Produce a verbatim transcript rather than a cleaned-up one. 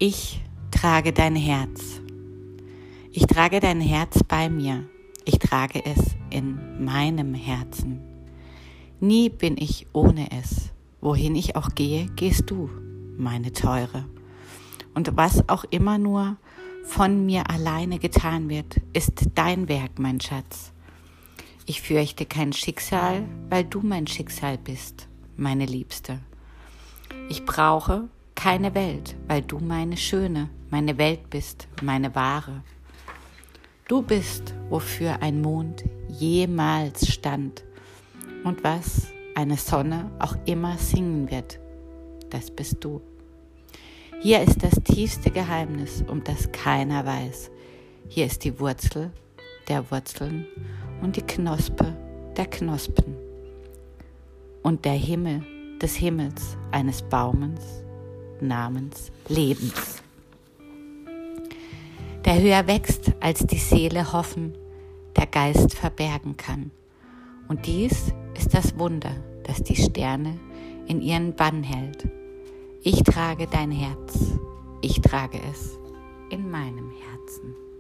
Ich trage dein Herz. Ich trage dein Herz bei mir. Ich trage es in meinem Herzen. Nie bin ich ohne es. Wohin ich auch gehe, gehst du, meine Teure. Und was auch immer nur von mir alleine getan wird, ist dein Werk, mein Schatz. Ich fürchte kein Schicksal, weil du mein Schicksal bist, meine Liebste. Ich brauche keine Welt, weil du meine Schöne, meine Welt bist, meine Wahre. Du bist, wofür ein Mond jemals stand und was eine Sonne auch immer singen wird, das bist du. Hier ist das tiefste Geheimnis, um das keiner weiß. Hier ist die Wurzel der Wurzeln und die Knospe der Knospen und der Himmel des Himmels eines Baumes namens Lebens, der höher wächst, als die Seele hoffen, der Geist verbergen kann. Und dies ist das Wunder, das die Sterne in ihren Bann hält. Ich trage dein Herz, ich trage es in meinem Herzen.